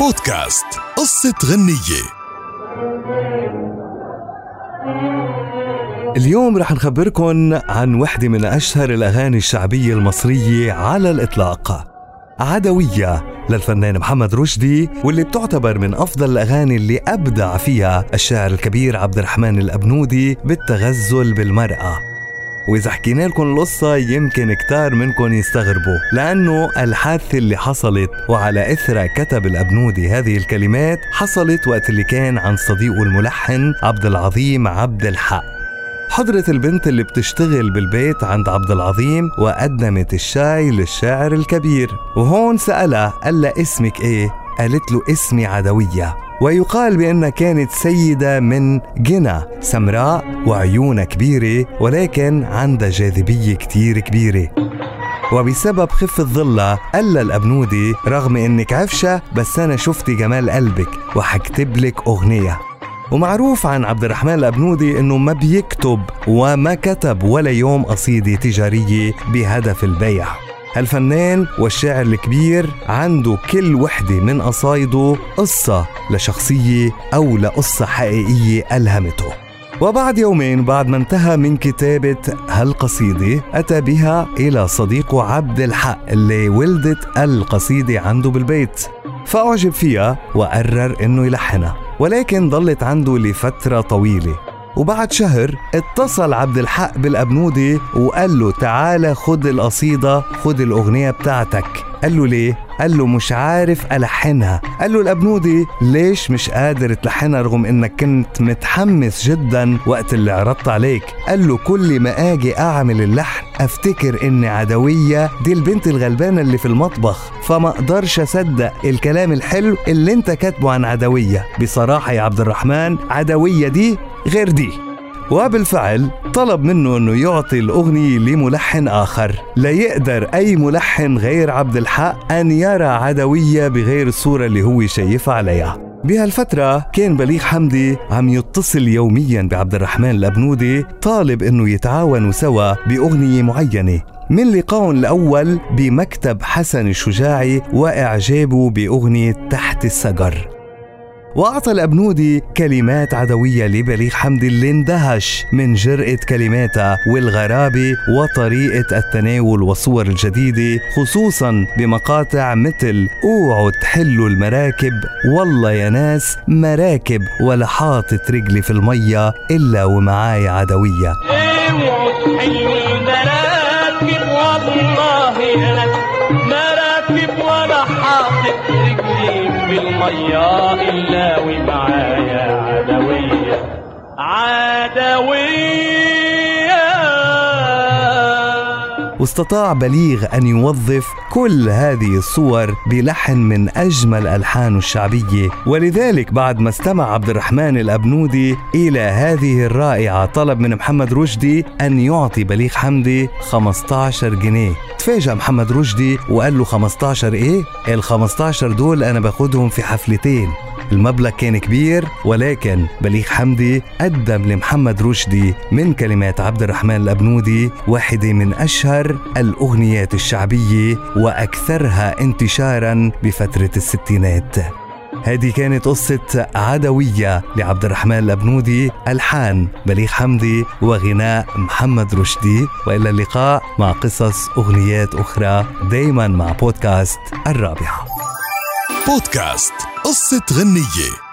بودكاست قصة غنية. اليوم رح نخبركن عن واحدة من أشهر الأغاني الشعبية المصرية على الإطلاق، عدوية للفنان محمد رشدي، واللي بتعتبر من أفضل الأغاني اللي أبدع فيها الشاعر الكبير عبد الرحمن الأبنودي بالتغزل بالمرأة. وإذا حكينا لكم القصة يمكن كتار منكم يستغربوا، لأنه الحادثة اللي حصلت وعلى إثرها كتب الأبنودي هذه الكلمات حصلت وقت اللي كان عن صديقه الملحن عبد العظيم عبد الحق. حضرت البنت اللي بتشتغل بالبيت عند عبد العظيم وقدمت الشاي للشاعر الكبير، وهون سألها قال لها اسمك ايه؟ قالت له اسمي عدوية، ويقال بأنها كانت سيدة من جنة، سمراء وعيونها كبيرة ولكن عندها جاذبية كتير كبيرة. وبسبب خفة ظلها قال الأبنودي رغم انك عفشة بس انا شفت جمال قلبك وحكتب لك أغنية. ومعروف عن عبد الرحمن الأبنودي انه ما بيكتب وما كتب ولا يوم قصيدة تجارية بهدف البيع. الفنان والشاعر الكبير عنده كل وحدة من قصايده قصة لشخصية أو لقصة حقيقية ألهمته. وبعد يومين بعد ما انتهى من كتابة هالقصيدة أتى بها إلى صديقه عبد الحق اللي ولدت القصيدة عنده بالبيت، فأعجب فيها وقرر إنه يلحنها، ولكن ضلت عنده لفترة طويلة. وبعد شهر اتصل عبد الحق بالأبنودي وقال له تعال خد القصيدة، خد الأغنية بتاعتك. قال له ليه؟ قال له مش عارف ألحنها. قال له الأبنودي ليش مش قادر تلحنها رغم إنك كنت متحمس جدا وقت اللي عرضت عليك؟ قال له كل ما أجي أعمل اللحن أفتكر إن عدوية دي البنت الغلبانة اللي في المطبخ، فما أقدرش أصدق الكلام الحلو اللي انت كاتبه عن عدوية. بصراحة يا عبد الرحمن عدوية دي غير دي. وبالفعل طلب منه أنه يعطي الأغنية لملحن آخر، لا يقدر أي ملحن غير عبد الحق أن يرى عدوية بغير الصورة اللي هو شايفها عليها. بهالفترة كان بليغ حمدي عم يتصل يوميا بعبد الرحمن الأبنودي طالب أنه يتعاونوا سوا بأغنية معينة. من لقاء الأول بمكتب حسن الشجاعي وإعجابه بأغنية تحت السجر، وأعطى الأبنودي كلمات عدوية لبليغ حمدي اللي اندهش من جرأة كلماتها والغرابة وطريقة التناول والصور الجديدة، خصوصا بمقاطع مثل اوعوا تحلوا المراكب، والله يا ناس مراكب ولا حاطت رجلي في المية إلا ومعاي عدوية. اوعوا تحلوا المراكب والله يا ناس مراكب ولا حاطت رجلي في المية إلا ومعايا عدوية عدوية. واستطاع بليغ أن يوظف كل هذه الصور بلحن من أجمل ألحانه الشعبية، ولذلك بعد ما استمع عبد الرحمن الأبنودي إلى هذه الرائعة طلب من محمد رشدي أن يعطي بليغ حمدي 15 جنيه. تفاجأ محمد رشدي وقال له 15 إيه؟ ال15 دول أنا باخدهم في حفلتين. المبلغ كان كبير، ولكن بليغ حمدي قدم لمحمد رشدي من كلمات عبد الرحمن الأبنودي واحدة من أشهر الأغنيات الشعبية وأكثرها انتشاراً بفترة الستينات. هذه كانت قصة عدوية لعبد الرحمن الأبنودي، ألحان بليغ حمدي وغناء محمد رشدي. وإلى اللقاء مع قصص أغنيات أخرى دايماً مع بودكاست الرابحة. بودكاست قصة غنية.